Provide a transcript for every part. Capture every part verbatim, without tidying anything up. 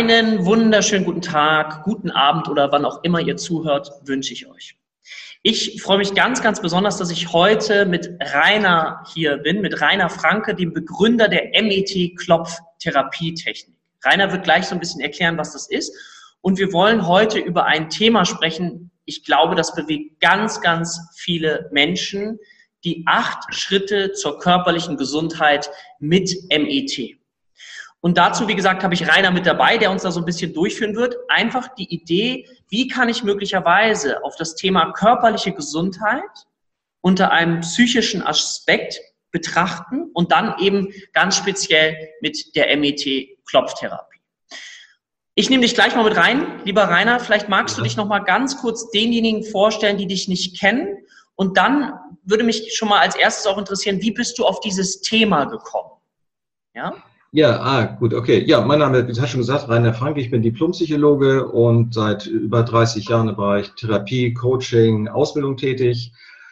Einen wunderschönen guten Tag, guten Abend oder wann auch immer ihr zuhört, wünsche ich euch. Ich freue mich ganz, ganz besonders, dass ich heute mit Rainer hier bin, mit Rainer Franke, dem Begründer der M E T-Klopftherapietechnik. Rainer wird gleich so ein bisschen erklären, was das ist. Und wir wollen heute über ein Thema sprechen. Ich glaube, das bewegt ganz, ganz viele Menschen. Die acht Schritte zur körperlichen Gesundheit mit M E T. Und dazu, wie gesagt, habe ich Rainer mit dabei, der uns da so ein bisschen durchführen wird. Einfach die Idee, wie kann ich möglicherweise auf das Thema körperliche Gesundheit unter einem psychischen Aspekt betrachten und dann eben ganz speziell mit der M E T-Klopftherapie. Ich nehme dich gleich mal mit rein. Lieber Rainer, vielleicht magst du dich noch mal ganz kurz denjenigen vorstellen, die dich nicht kennen. Und dann würde mich schon mal als erstes auch interessieren, wie bist du auf dieses Thema gekommen? Ja? Ja, ah, gut, okay. Ja, mein Name, wie du hast schon gesagt, Rainer Franke, ich bin Diplompsychologe und seit über dreißig Jahren im Bereich Therapie, Coaching, Ausbildung tätig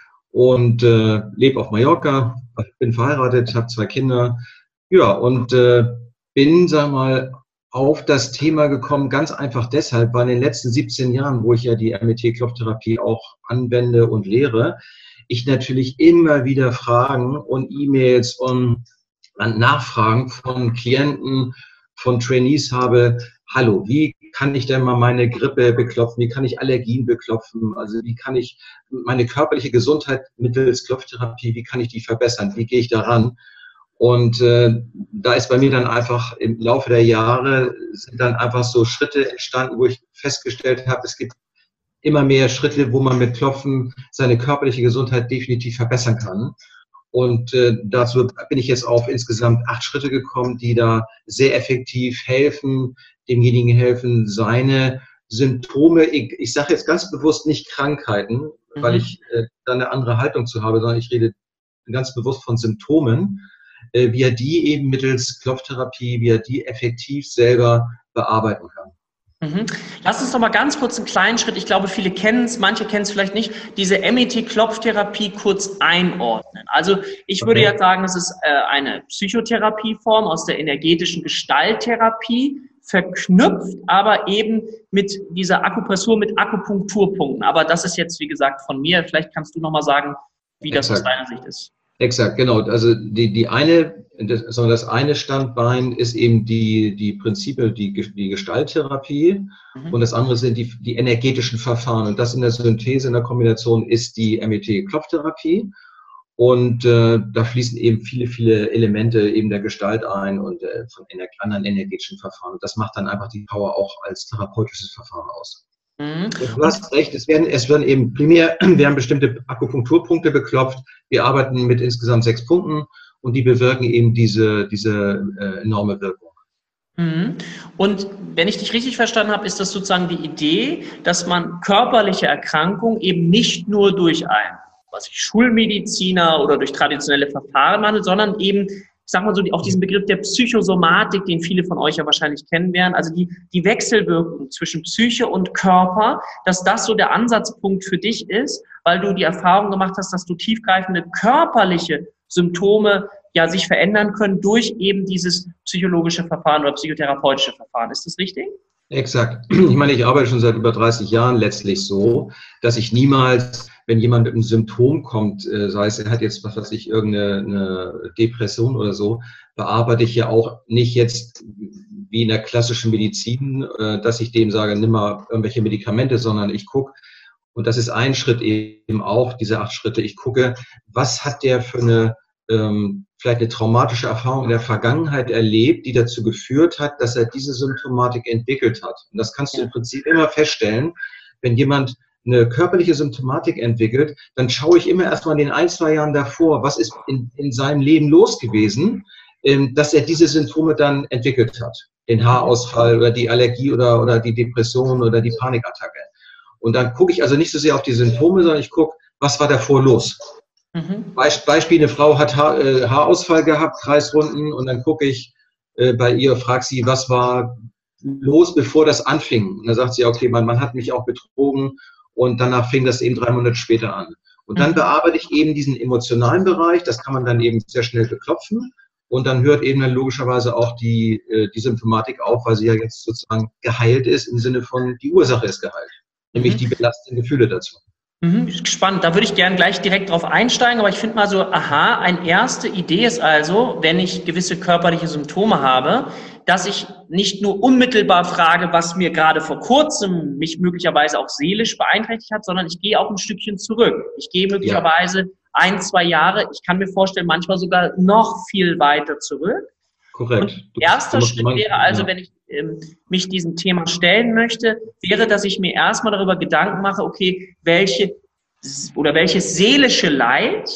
und äh, lebe auf Mallorca, bin verheiratet, habe zwei Kinder, ja, und äh, bin, sag mal, auf das Thema gekommen, ganz einfach deshalb, weil in den letzten siebzehn Jahren, wo ich ja die M E T-Klopftherapie auch anwende und lehre, ich natürlich immer wieder Fragen und E-Mails und an Nachfragen von Klienten, von Trainees habe, hallo, wie kann ich denn mal meine Grippe beklopfen, wie kann ich Allergien beklopfen, also wie kann ich meine körperliche Gesundheit mittels Klopftherapie, wie kann ich die verbessern, wie gehe ich daran? Und äh, da ist bei mir dann einfach im Laufe der Jahre sind dann einfach so Schritte entstanden, wo ich festgestellt habe, es gibt immer mehr Schritte, wo man mit Klopfen seine körperliche Gesundheit definitiv verbessern kann. Und äh, dazu bin ich jetzt auf insgesamt acht Schritte gekommen, die da sehr effektiv helfen, demjenigen helfen, seine Symptome, ich, ich sage jetzt ganz bewusst nicht Krankheiten, mhm. weil ich äh, da eine andere Haltung zu habe, sondern ich rede ganz bewusst von Symptomen, äh, wie er die eben mittels Klopftherapie, wie er die effektiv selber bearbeiten kann. Mhm. Lass uns doch mal ganz kurz einen kleinen Schritt, ich glaube, viele kennen es, manche kennen es vielleicht nicht, diese M E T-Klopftherapie kurz einordnen. Also ich würde okay. jetzt sagen, es ist äh, eine Psychotherapieform aus der energetischen Gestalttherapie, verknüpft aber eben mit dieser Akupressur, mit Akupunkturpunkten. Aber das ist jetzt, wie gesagt, von mir. Vielleicht kannst du noch mal sagen, wie das Exakt. Aus deiner Sicht ist. Exakt, genau. Also die, die eine, das, das eine Standbein ist eben die, die Prinzipien, die, die Gestalttherapie mhm. und das andere sind die, die energetischen Verfahren. Und das in der Synthese, in der Kombination ist die M E T-Klopftherapie. Und äh, da fließen eben viele, viele Elemente eben der Gestalt ein und äh, von ener anderen energetischen Verfahren. Und das macht dann einfach die Power auch als therapeutisches Verfahren aus. Mhm. Du hast recht, es werden, es werden eben primär werden bestimmte Akupunkturpunkte beklopft. Wir arbeiten mit insgesamt sechs Punkten und die bewirken eben diese, diese äh, enorme Wirkung. Mhm. Und wenn ich dich richtig verstanden habe, ist das sozusagen die Idee, dass man körperliche Erkrankungen eben nicht nur durch ein, was ich Schulmediziner oder durch traditionelle Verfahren behandelt, sondern eben, ich sag mal so, auch diesen Begriff der Psychosomatik, den viele von euch ja wahrscheinlich kennen werden, also die, die Wechselwirkung zwischen Psyche und Körper, dass das so der Ansatzpunkt für dich ist, weil du die Erfahrung gemacht hast, dass du tiefgreifende körperliche Symptome ja sich verändern können durch eben dieses psychologische Verfahren oder psychotherapeutische Verfahren. Ist das richtig? Exakt. Ich meine, ich arbeite schon seit über dreißig Jahren letztlich so, dass ich niemals, wenn jemand mit einem Symptom kommt, sei es, er hat jetzt, was weiß ich, irgendeine eine Depression oder so, bearbeite ich ja auch nicht jetzt wie in der klassischen Medizin, dass ich dem sage, nimm mal irgendwelche Medikamente, sondern ich gucke, und das ist ein Schritt eben auch, diese acht Schritte, ich gucke, was hat der für eine, ähm, vielleicht eine traumatische Erfahrung in der Vergangenheit erlebt, die dazu geführt hat, dass er diese Symptomatik entwickelt hat. Und das kannst du im Prinzip immer feststellen, wenn jemand eine körperliche Symptomatik entwickelt, dann schaue ich immer erstmal in den ein, zwei Jahren davor, was ist in, in seinem Leben los gewesen, ähm, dass er diese Symptome dann entwickelt hat. Den Haarausfall oder die Allergie oder, oder die Depression oder die Panikattacke. Und dann gucke ich also nicht so sehr auf die Symptome, sondern ich gucke, was war davor los. Mhm. Beispiel, eine Frau hat Haar, äh, Haarausfall gehabt, Kreisrunden, und dann gucke ich äh, bei ihr, frage sie, was war los, bevor das anfing. Und dann sagt sie, okay, mein Mann hat mich auch betrogen, und danach fing das eben drei Monate später an. Und dann bearbeite ich eben diesen emotionalen Bereich, das kann man dann eben sehr schnell beklopfen. Und dann hört eben dann logischerweise auch die, äh, die Symptomatik auf, weil sie ja jetzt sozusagen geheilt ist, im Sinne von, die Ursache ist geheilt. Nämlich mhm. die belastenden Gefühle dazu. Mhm, spannend. Da würde ich gerne gleich direkt drauf einsteigen, aber ich finde mal so, aha, eine erste Idee ist also, wenn ich gewisse körperliche Symptome habe, dass ich nicht nur unmittelbar frage, was mir gerade vor kurzem mich möglicherweise auch seelisch beeinträchtigt hat, sondern ich gehe auch ein Stückchen zurück. Ich gehe möglicherweise ja. ein, zwei Jahre, ich kann mir vorstellen, manchmal sogar noch viel weiter zurück. Korrekt. Und erster Schritt wäre also, ja. wenn ich ähm, mich diesem Thema stellen möchte, wäre, dass ich mir erstmal darüber Gedanken mache, okay, welche oder welches seelische Leid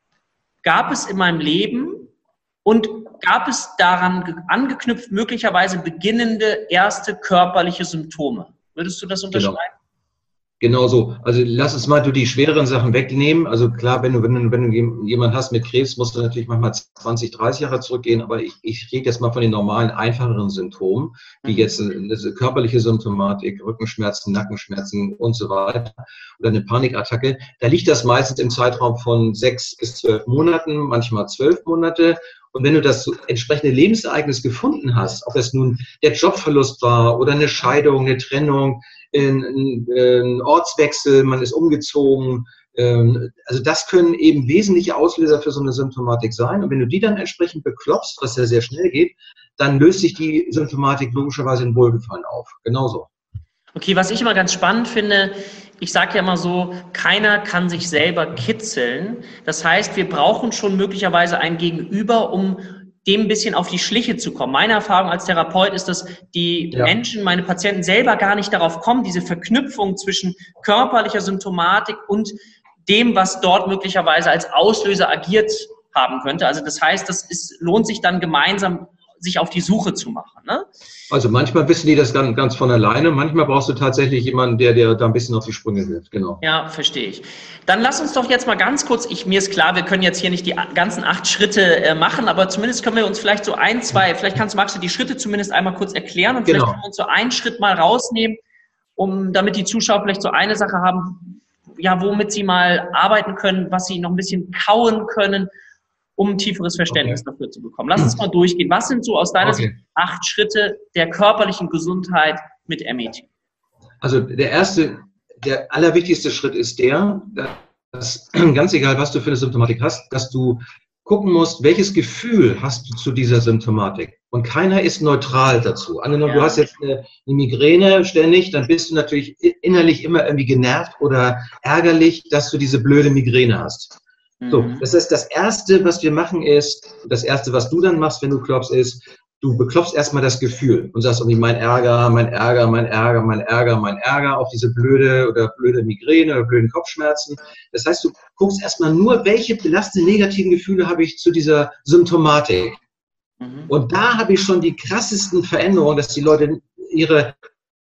gab es in meinem Leben und gab es daran angeknüpft möglicherweise beginnende erste körperliche Symptome? Würdest du das unterschreiben? Genau. Genau so. Also lass uns mal du die schwereren Sachen wegnehmen. Also klar, wenn du, wenn du, wenn du jemanden hast mit Krebs, musst du natürlich manchmal zwanzig, dreißig Jahre zurückgehen. Aber ich, ich rede jetzt mal von den normalen, einfacheren Symptomen, wie jetzt eine körperliche Symptomatik, Rückenschmerzen, Nackenschmerzen und so weiter oder eine Panikattacke. Da liegt das meistens im Zeitraum von sechs bis zwölf Monaten, manchmal zwölf Monate. Und wenn du das entsprechende Lebensereignis gefunden hast, ob das nun der Jobverlust war oder eine Scheidung, eine Trennung, ein, ein Ortswechsel, man ist umgezogen, also das können eben wesentliche Auslöser für so eine Symptomatik sein. Und wenn du die dann entsprechend beklopfst, was ja sehr schnell geht, dann löst sich die Symptomatik logischerweise in Wohlgefallen auf. Genauso. Okay, was ich immer ganz spannend finde, ich sage ja immer so, keiner kann sich selber kitzeln. Das heißt, wir brauchen schon möglicherweise ein Gegenüber, um dem ein bisschen auf die Schliche zu kommen. Meine Erfahrung als Therapeut ist, dass die ja. Menschen, meine Patienten selber gar nicht darauf kommen, diese Verknüpfung zwischen körperlicher Symptomatik und dem, was dort möglicherweise als Auslöser agiert haben könnte. Also das heißt, das ist, lohnt sich dann gemeinsam, sich auf die Suche zu machen. Ne? Also manchmal wissen die das ganz, ganz von alleine, manchmal brauchst du tatsächlich jemanden, der dir da ein bisschen auf die Sprünge hilft. Genau. Ja, verstehe ich. Dann lass uns doch jetzt mal ganz kurz, ich, mir ist klar, wir können jetzt hier nicht die ganzen acht Schritte äh, machen, aber zumindest können wir uns vielleicht so ein, zwei, vielleicht kannst, magst du die Schritte zumindest einmal kurz erklären und vielleicht genau. können wir uns so einen Schritt mal rausnehmen, um, damit die Zuschauer vielleicht so eine Sache haben, ja, womit sie mal arbeiten können, was sie noch ein bisschen kauen können, um ein tieferes Verständnis okay. dafür zu bekommen. Lass uns mal durchgehen. Was sind so aus deiner okay. Sicht acht Schritte der körperlichen Gesundheit mit M E T? Also der erste, der allerwichtigste Schritt ist der, dass ganz egal, was du für eine Symptomatik hast, dass du gucken musst, welches Gefühl hast du zu dieser Symptomatik. Und keiner ist neutral dazu. Angenommen, ja. du hast jetzt eine, eine Migräne ständig, dann bist du natürlich innerlich immer irgendwie genervt oder ärgerlich, dass du diese blöde Migräne hast. So, das heißt, das Erste, was wir machen ist, das Erste, was du dann machst, wenn du klopfst, ist, du beklopfst erstmal das Gefühl und sagst irgendwie mein Ärger, mein Ärger, mein Ärger, mein Ärger, mein Ärger auf diese blöde oder blöde Migräne oder blöden Kopfschmerzen. Das heißt, du guckst erstmal nur, welche belastenden negativen Gefühle habe ich zu dieser Symptomatik. Mhm. Und da habe ich schon die krassesten Veränderungen, dass die Leute ihre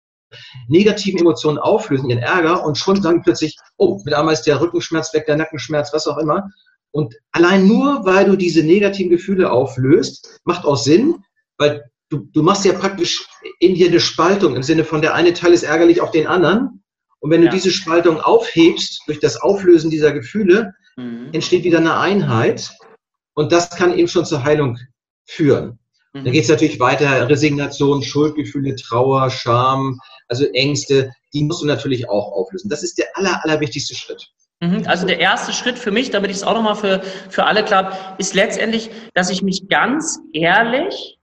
negativen Emotionen auflösen, ihren Ärger und schon sagen plötzlich, oh, mit einmal ist der Rückenschmerz weg, der Nackenschmerz, was auch immer. Und allein nur, weil du diese negativen Gefühle auflöst, macht auch Sinn, weil du, du machst ja praktisch in dir eine Spaltung im Sinne von der eine Teil ist ärgerlich auf den anderen. Und wenn du ja. diese Spaltung aufhebst durch das Auflösen dieser Gefühle, mhm. entsteht wieder eine Einheit und das kann eben schon zur Heilung führen. Mhm. Dann geht es natürlich weiter, Resignation, Schuldgefühle, Trauer, Scham, also Ängste, die musst du natürlich auch auflösen. Das ist der aller, allerwichtigste Schritt. Also der erste Schritt für mich, damit ich es auch nochmal für, für alle klar habe, ist letztendlich, dass ich mich ganz ehrlich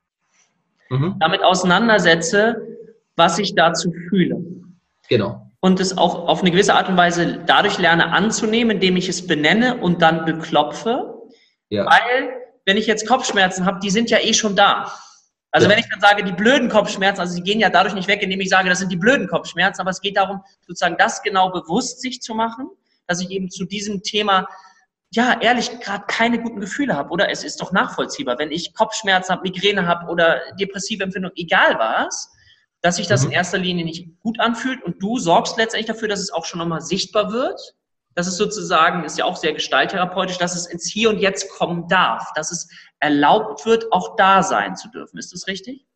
mhm. damit auseinandersetze, was ich dazu fühle. Genau. Und es auch auf eine gewisse Art und Weise dadurch lerne anzunehmen, indem ich es benenne und dann beklopfe. Ja. Weil, wenn ich jetzt Kopfschmerzen habe, die sind ja eh schon da. Also ja. wenn ich dann sage, die blöden Kopfschmerzen, also sie gehen ja dadurch nicht weg, indem ich sage, das sind die blöden Kopfschmerzen, aber es geht darum, sozusagen das genau bewusst sich zu machen, dass ich eben zu diesem Thema, ja, ehrlich, gerade keine guten Gefühle habe. Oder es ist doch nachvollziehbar, wenn ich Kopfschmerzen habe, Migräne habe oder depressive Empfindung, egal was, dass sich das mhm. in erster Linie nicht gut anfühlt und du sorgst letztendlich dafür, dass es auch schon nochmal sichtbar wird. Das ist sozusagen, ist ja auch sehr gestalttherapeutisch, dass es ins Hier und Jetzt kommen darf, dass es erlaubt wird, auch da sein zu dürfen. Ist das richtig?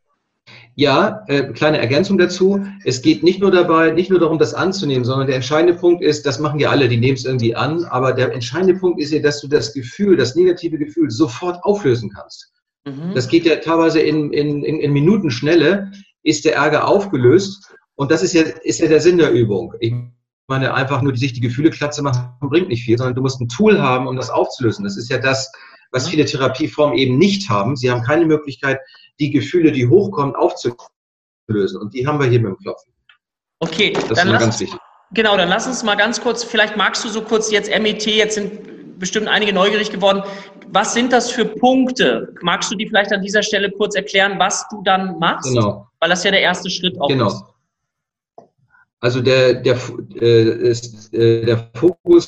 Ja, äh, kleine Ergänzung dazu. Es geht nicht nur dabei, nicht nur darum, das anzunehmen, sondern der entscheidende Punkt ist, das machen ja alle, die nehmen es irgendwie an, aber der entscheidende Punkt ist ja, dass du das Gefühl, das negative Gefühl sofort auflösen kannst. Mhm. Das geht ja teilweise in, in, in, in Minutenschnelle, ist der Ärger aufgelöst. Und das ist ja, ist ja der Sinn der Übung. Ich meine, einfach nur sich die Gefühle klar zu machen, bringt nicht viel, sondern du musst ein Tool haben, um das aufzulösen. Das ist ja das, was viele Therapieformen eben nicht haben. Sie haben keine Möglichkeit, die Gefühle, die hochkommen, aufzulösen. Und die haben wir hier mit dem Klopfen. Okay, das dann ist lass, ganz wichtig. Genau, dann lass uns mal ganz kurz, vielleicht magst du so kurz jetzt M E T, jetzt sind bestimmt einige neugierig geworden. Was sind das für Punkte? Magst du die vielleicht an dieser Stelle kurz erklären, was du dann machst? Genau. Weil das ja der erste Schritt auch genau. ist. Also der, der, äh, ist, äh, der Fokus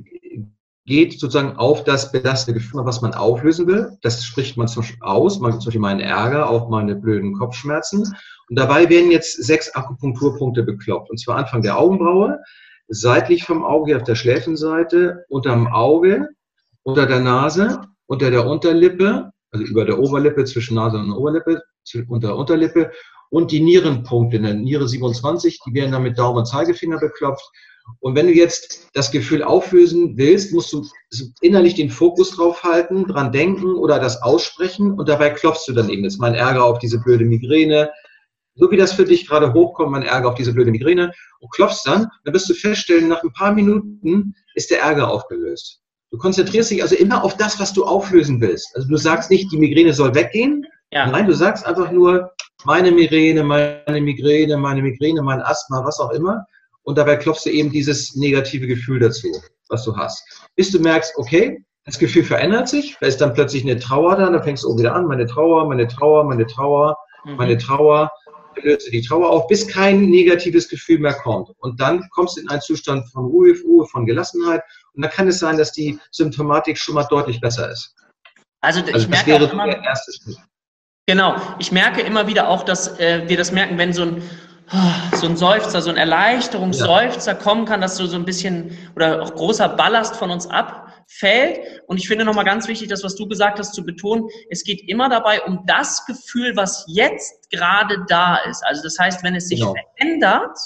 geht sozusagen auf das belastende Gefühl, was man auflösen will. Das spricht man zum Beispiel aus, man, zum Beispiel meinen Ärger, auch meine blöden Kopfschmerzen. Und dabei werden jetzt sechs Akupunkturpunkte beklopft. Und zwar Anfang der Augenbraue, seitlich vom Auge auf der Schläfenseite, unterm Auge, unter der Nase, unter der Unterlippe, also über der Oberlippe, zwischen Nase und Oberlippe, unter der Unterlippe, und die Nierenpunkte, in der Niere siebenundzwanzig, die werden dann mit Daumen und Zeigefinger beklopft. Und wenn du jetzt das Gefühl auflösen willst, musst du innerlich den Fokus drauf halten, dran denken oder das aussprechen, und dabei klopfst du dann eben jetzt mein Ärger auf diese blöde Migräne, so wie das für dich gerade hochkommt, mein Ärger auf diese blöde Migräne, und klopfst dann, dann wirst du feststellen, nach ein paar Minuten ist der Ärger aufgelöst. Du konzentrierst dich also immer auf das, was du auflösen willst. Also du sagst nicht, die Migräne soll weggehen. Ja. Nein, du sagst einfach nur, meine Migräne, meine Migräne, meine Migräne, mein Asthma, was auch immer. Und dabei klopfst du eben dieses negative Gefühl dazu, was du hast. Bis du merkst, okay, das Gefühl verändert sich, da ist dann plötzlich eine Trauer da, dann fängst du oben wieder an, meine Trauer, meine Trauer, meine Trauer, mhm. meine Trauer. Dann löst du die Trauer auf, bis kein negatives Gefühl mehr kommt. Und dann kommst du in einen Zustand von Ruhe, Ruhe, von Gelassenheit. Und dann kann es sein, dass die Symptomatik schon mal deutlich besser ist. Also, ich also das merke wäre auch immer, der erste Schritt. Genau, ich merke immer wieder auch, dass äh, wir das merken, wenn so ein, so ein Seufzer, so ein Erleichterungsseufzer ja. kommen kann, dass so, so ein bisschen oder auch großer Ballast von uns abfällt. Und ich finde nochmal ganz wichtig, das, was du gesagt hast, zu betonen, es geht immer dabei um das Gefühl, was jetzt gerade da ist. Also das heißt, wenn es sich genau. verändert,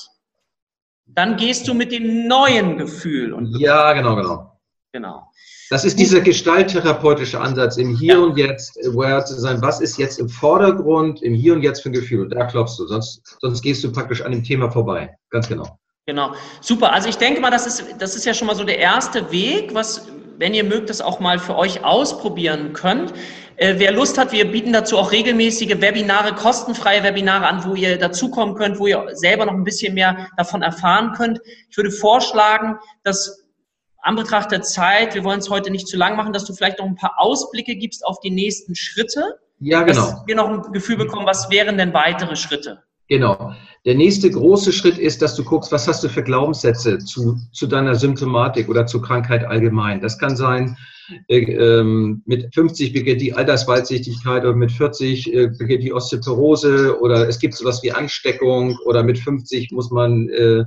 dann gehst du mit dem neuen Gefühl. Und ja, genau, genau. Genau. Das ist dieser gestalttherapeutische Ansatz, im Hier ja. und Jetzt aware zu sein. Was ist jetzt im Vordergrund, im Hier und Jetzt für ein Gefühl? Und da klopfst du, sonst, sonst gehst du praktisch an dem Thema vorbei. Ganz genau. Genau. Super. Also ich denke mal, das ist, das ist ja schon mal so der erste Weg, was, wenn ihr mögt, das auch mal für euch ausprobieren könnt. Äh, wer Lust hat, wir bieten dazu auch regelmäßige Webinare, kostenfreie Webinare an, wo ihr dazukommen könnt, wo ihr selber noch ein bisschen mehr davon erfahren könnt. Ich würde vorschlagen, dass an Betracht der Zeit, wir wollen es heute nicht zu lang machen, dass du vielleicht noch ein paar Ausblicke gibst auf die nächsten Schritte. Ja, genau. Dass wir noch ein Gefühl bekommen, was wären denn weitere Schritte? Genau. Der nächste große Schritt ist, dass du guckst, was hast du für Glaubenssätze zu, zu deiner Symptomatik oder zur Krankheit allgemein. Das kann sein, äh, ähm, mit fünfzig beginnt die Altersweitsichtigkeit oder mit vierzig äh, beginnt die Osteoporose oder es gibt sowas wie Ansteckung oder mit fünfzig muss man äh,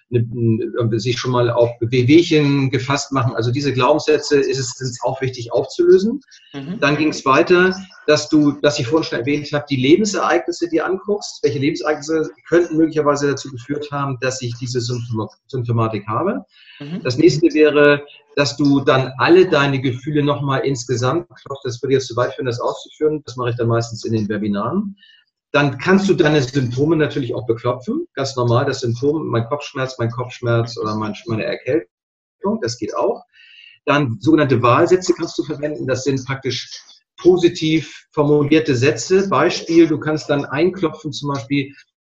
sich schon mal auf Wehwehchen gefasst machen. Also diese Glaubenssätze ist es sind auch wichtig aufzulösen. Mhm. Dann ging es weiter, dass du, was ich vorhin schon erwähnt habe, die Lebensereignisse dir anguckst. Welche Lebensereignisse könnten möglicherweise dazu geführt haben, dass ich diese Symptomatik habe. Mhm. Das nächste wäre, dass du dann alle deine Gefühle nochmal insgesamt, ich glaube, das würde jetzt zu weit führen, das auszuführen. Das mache ich dann meistens in den Webinaren. Dann kannst du deine Symptome natürlich auch beklopfen. Ganz normal, das Symptom, mein Kopfschmerz, mein Kopfschmerz oder meine Erkältung, das geht auch. Dann sogenannte Wahlsätze kannst du verwenden. Das sind praktisch positiv formulierte Sätze. Beispiel, du kannst dann einklopfen, zum Beispiel,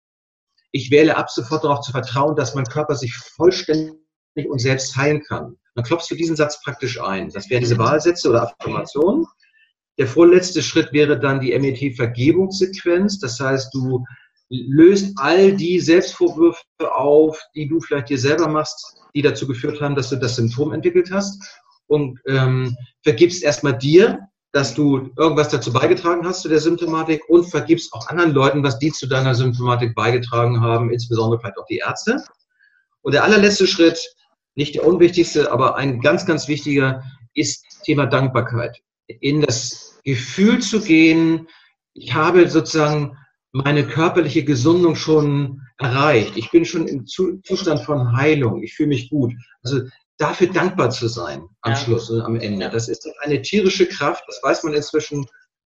ich wähle ab sofort darauf zu vertrauen, dass mein Körper sich vollständig und selbst heilen kann. Dann klopfst du diesen Satz praktisch ein. Das wären diese Wahlsätze oder Affirmationen. Der vorletzte Schritt wäre dann die M E T-Vergebungssequenz. Das heißt, du löst all die Selbstvorwürfe auf, die du vielleicht dir selber machst, die dazu geführt haben, dass du das Symptom entwickelt hast. Und ähm, vergibst erstmal dir, dass du irgendwas dazu beigetragen hast zu der Symptomatik und vergibst auch anderen Leuten, was die zu deiner Symptomatik beigetragen haben, insbesondere vielleicht auch die Ärzte. Und der allerletzte Schritt, nicht der unwichtigste, aber ein ganz, ganz wichtiger, ist Thema Dankbarkeit. In das Gefühl zu gehen, ich habe sozusagen meine körperliche Gesundung schon erreicht. Ich bin schon im Zustand von Heilung. Ich fühle mich gut. Also dafür dankbar zu sein am ja. Schluss und am Ende. Ja. Das ist eine tierische Kraft. Das weiß man inzwischen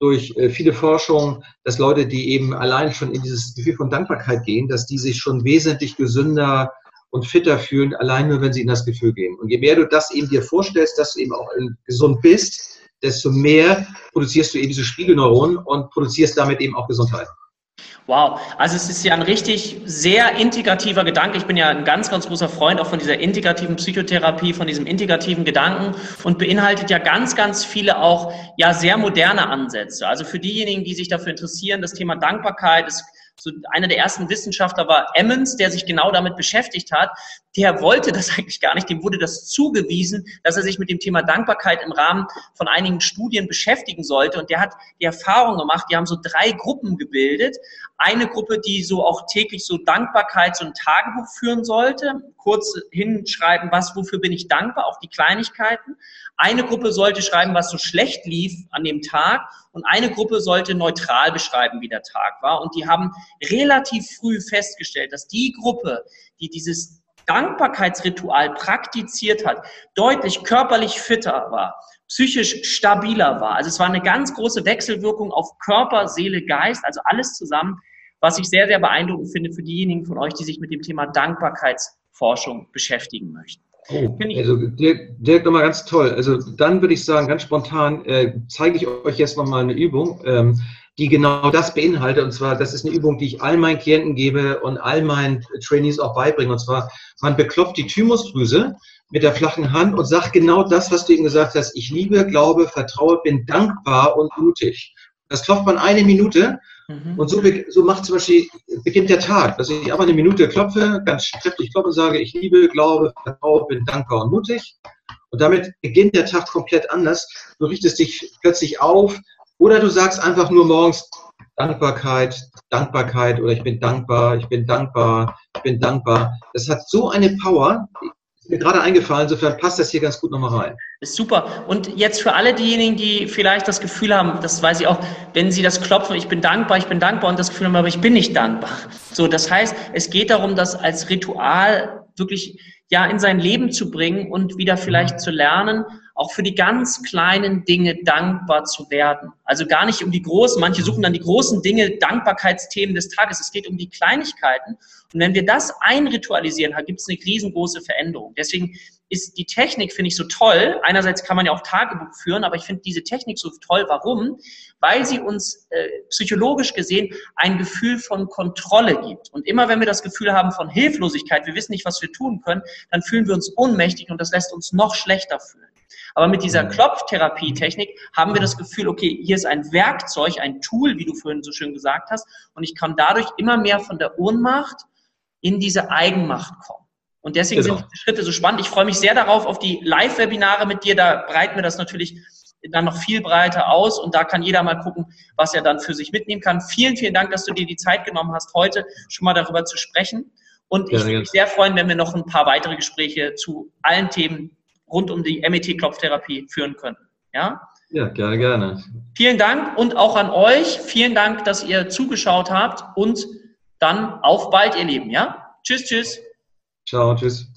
durch äh, viele Forschungen, dass Leute, die eben allein schon in dieses Gefühl von Dankbarkeit gehen, dass die sich schon wesentlich gesünder und fitter fühlen, allein nur, wenn sie in das Gefühl gehen. Und je mehr du das eben dir vorstellst, dass du eben auch gesund bist, desto mehr produzierst du eben diese Spiegelneuronen und produzierst damit eben auch Gesundheit. Wow, also es ist ja ein richtig sehr integrativer Gedanke. Ich bin ja ein ganz, ganz großer Freund auch von dieser integrativen Psychotherapie, von diesem integrativen Gedanken und beinhaltet ja ganz, ganz viele auch ja sehr moderne Ansätze. Also für diejenigen, die sich dafür interessieren, das Thema Dankbarkeit ist so einer der ersten Wissenschaftler war Emmons, der sich genau damit beschäftigt hat. Der wollte das eigentlich gar nicht. Dem wurde das zugewiesen, dass er sich mit dem Thema Dankbarkeit im Rahmen von einigen Studien beschäftigen sollte. Und der hat die Erfahrung gemacht, die haben so drei Gruppen gebildet. Eine Gruppe, die so auch täglich so Dankbarkeit, so ein Tagebuch führen sollte, kurz hinschreiben, was, wofür bin ich dankbar, auch die Kleinigkeiten. Eine Gruppe sollte schreiben, was so schlecht lief an dem Tag. Und eine Gruppe sollte neutral beschreiben, wie der Tag war. Und die haben relativ früh festgestellt, dass die Gruppe, die dieses Dankbarkeitsritual praktiziert hat, deutlich körperlich fitter war, psychisch stabiler war. Also es war eine ganz große Wechselwirkung auf Körper, Seele, Geist, also alles zusammen, was ich sehr, sehr beeindruckend finde für diejenigen von euch, die sich mit dem Thema Dankbarkeitsforschung beschäftigen möchten. Oh, also Dirk, Dirk nochmal ganz toll. Also dann würde ich sagen, ganz spontan äh, zeige ich euch jetzt nochmal eine Übung, ähm, die genau das beinhaltet. Und zwar, das ist eine Übung, die ich all meinen Klienten gebe und all meinen Trainees auch beibringe. Und zwar, man beklopft die Thymusdrüse mit der flachen Hand und sagt genau das, was du eben gesagt hast. Ich liebe, glaube, vertraue, bin dankbar und mutig. Das klopft man eine Minute. Und so, so macht zum Beispiel, beginnt der Tag, dass ich einfach eine Minute klopfe, ganz kräftig klopfe und sage, ich liebe, glaube, vertraue, bin dankbar und mutig. Und damit beginnt der Tag komplett anders. Du richtest dich plötzlich auf oder du sagst einfach nur morgens Dankbarkeit, Dankbarkeit oder ich bin dankbar, ich bin dankbar, ich bin dankbar. Das hat so eine Power. Ist mir gerade eingefallen, insofern passt das hier ganz gut nochmal rein. Ist super. Und jetzt für alle diejenigen, die vielleicht das Gefühl haben, das weiß ich auch, wenn sie das klopfen, ich bin dankbar, ich bin dankbar und das Gefühl haben, aber ich bin nicht dankbar. So, das heißt, es geht darum, das als Ritual wirklich ja in sein Leben zu bringen und wieder vielleicht zu lernen, auch für die ganz kleinen Dinge dankbar zu werden. Also gar nicht um die großen, manche suchen dann die großen Dinge, Dankbarkeitsthemen des Tages. Es geht um die Kleinigkeiten. Und wenn wir das einritualisieren, gibt es eine riesengroße Veränderung. Deswegen ist die Technik, finde ich, so toll. Einerseits kann man ja auch Tagebuch führen, aber ich finde diese Technik so toll. Warum? Weil sie uns äh, psychologisch gesehen ein Gefühl von Kontrolle gibt. Und immer wenn wir das Gefühl haben von Hilflosigkeit, wir wissen nicht, was wir tun können, dann fühlen wir uns ohnmächtig und das lässt uns noch schlechter fühlen. Aber mit dieser Klopftherapie-Technik haben wir das Gefühl, okay, hier ist ein Werkzeug, ein Tool, wie du vorhin so schön gesagt hast, und ich kann dadurch immer mehr von der Ohnmacht in diese Eigenmacht kommen. Und deswegen genau. sind diese Schritte so spannend. Ich freue mich sehr darauf, auf die Live-Webinare mit dir. Da breiten wir das natürlich dann noch viel breiter aus und da kann jeder mal gucken, was er dann für sich mitnehmen kann. Vielen, vielen Dank, dass du dir die Zeit genommen hast, heute schon mal darüber zu sprechen. Und ich ja, würde mich sehr freuen, wenn wir noch ein paar weitere Gespräche zu allen Themen rund um die M E T-Klopftherapie führen könnten. Ja? Ja, gerne, gerne. Vielen Dank und auch an euch. Vielen Dank, dass ihr zugeschaut habt und dann auf bald, ihr Lieben. Ja? Tschüss, tschüss. Ciao, tschüss.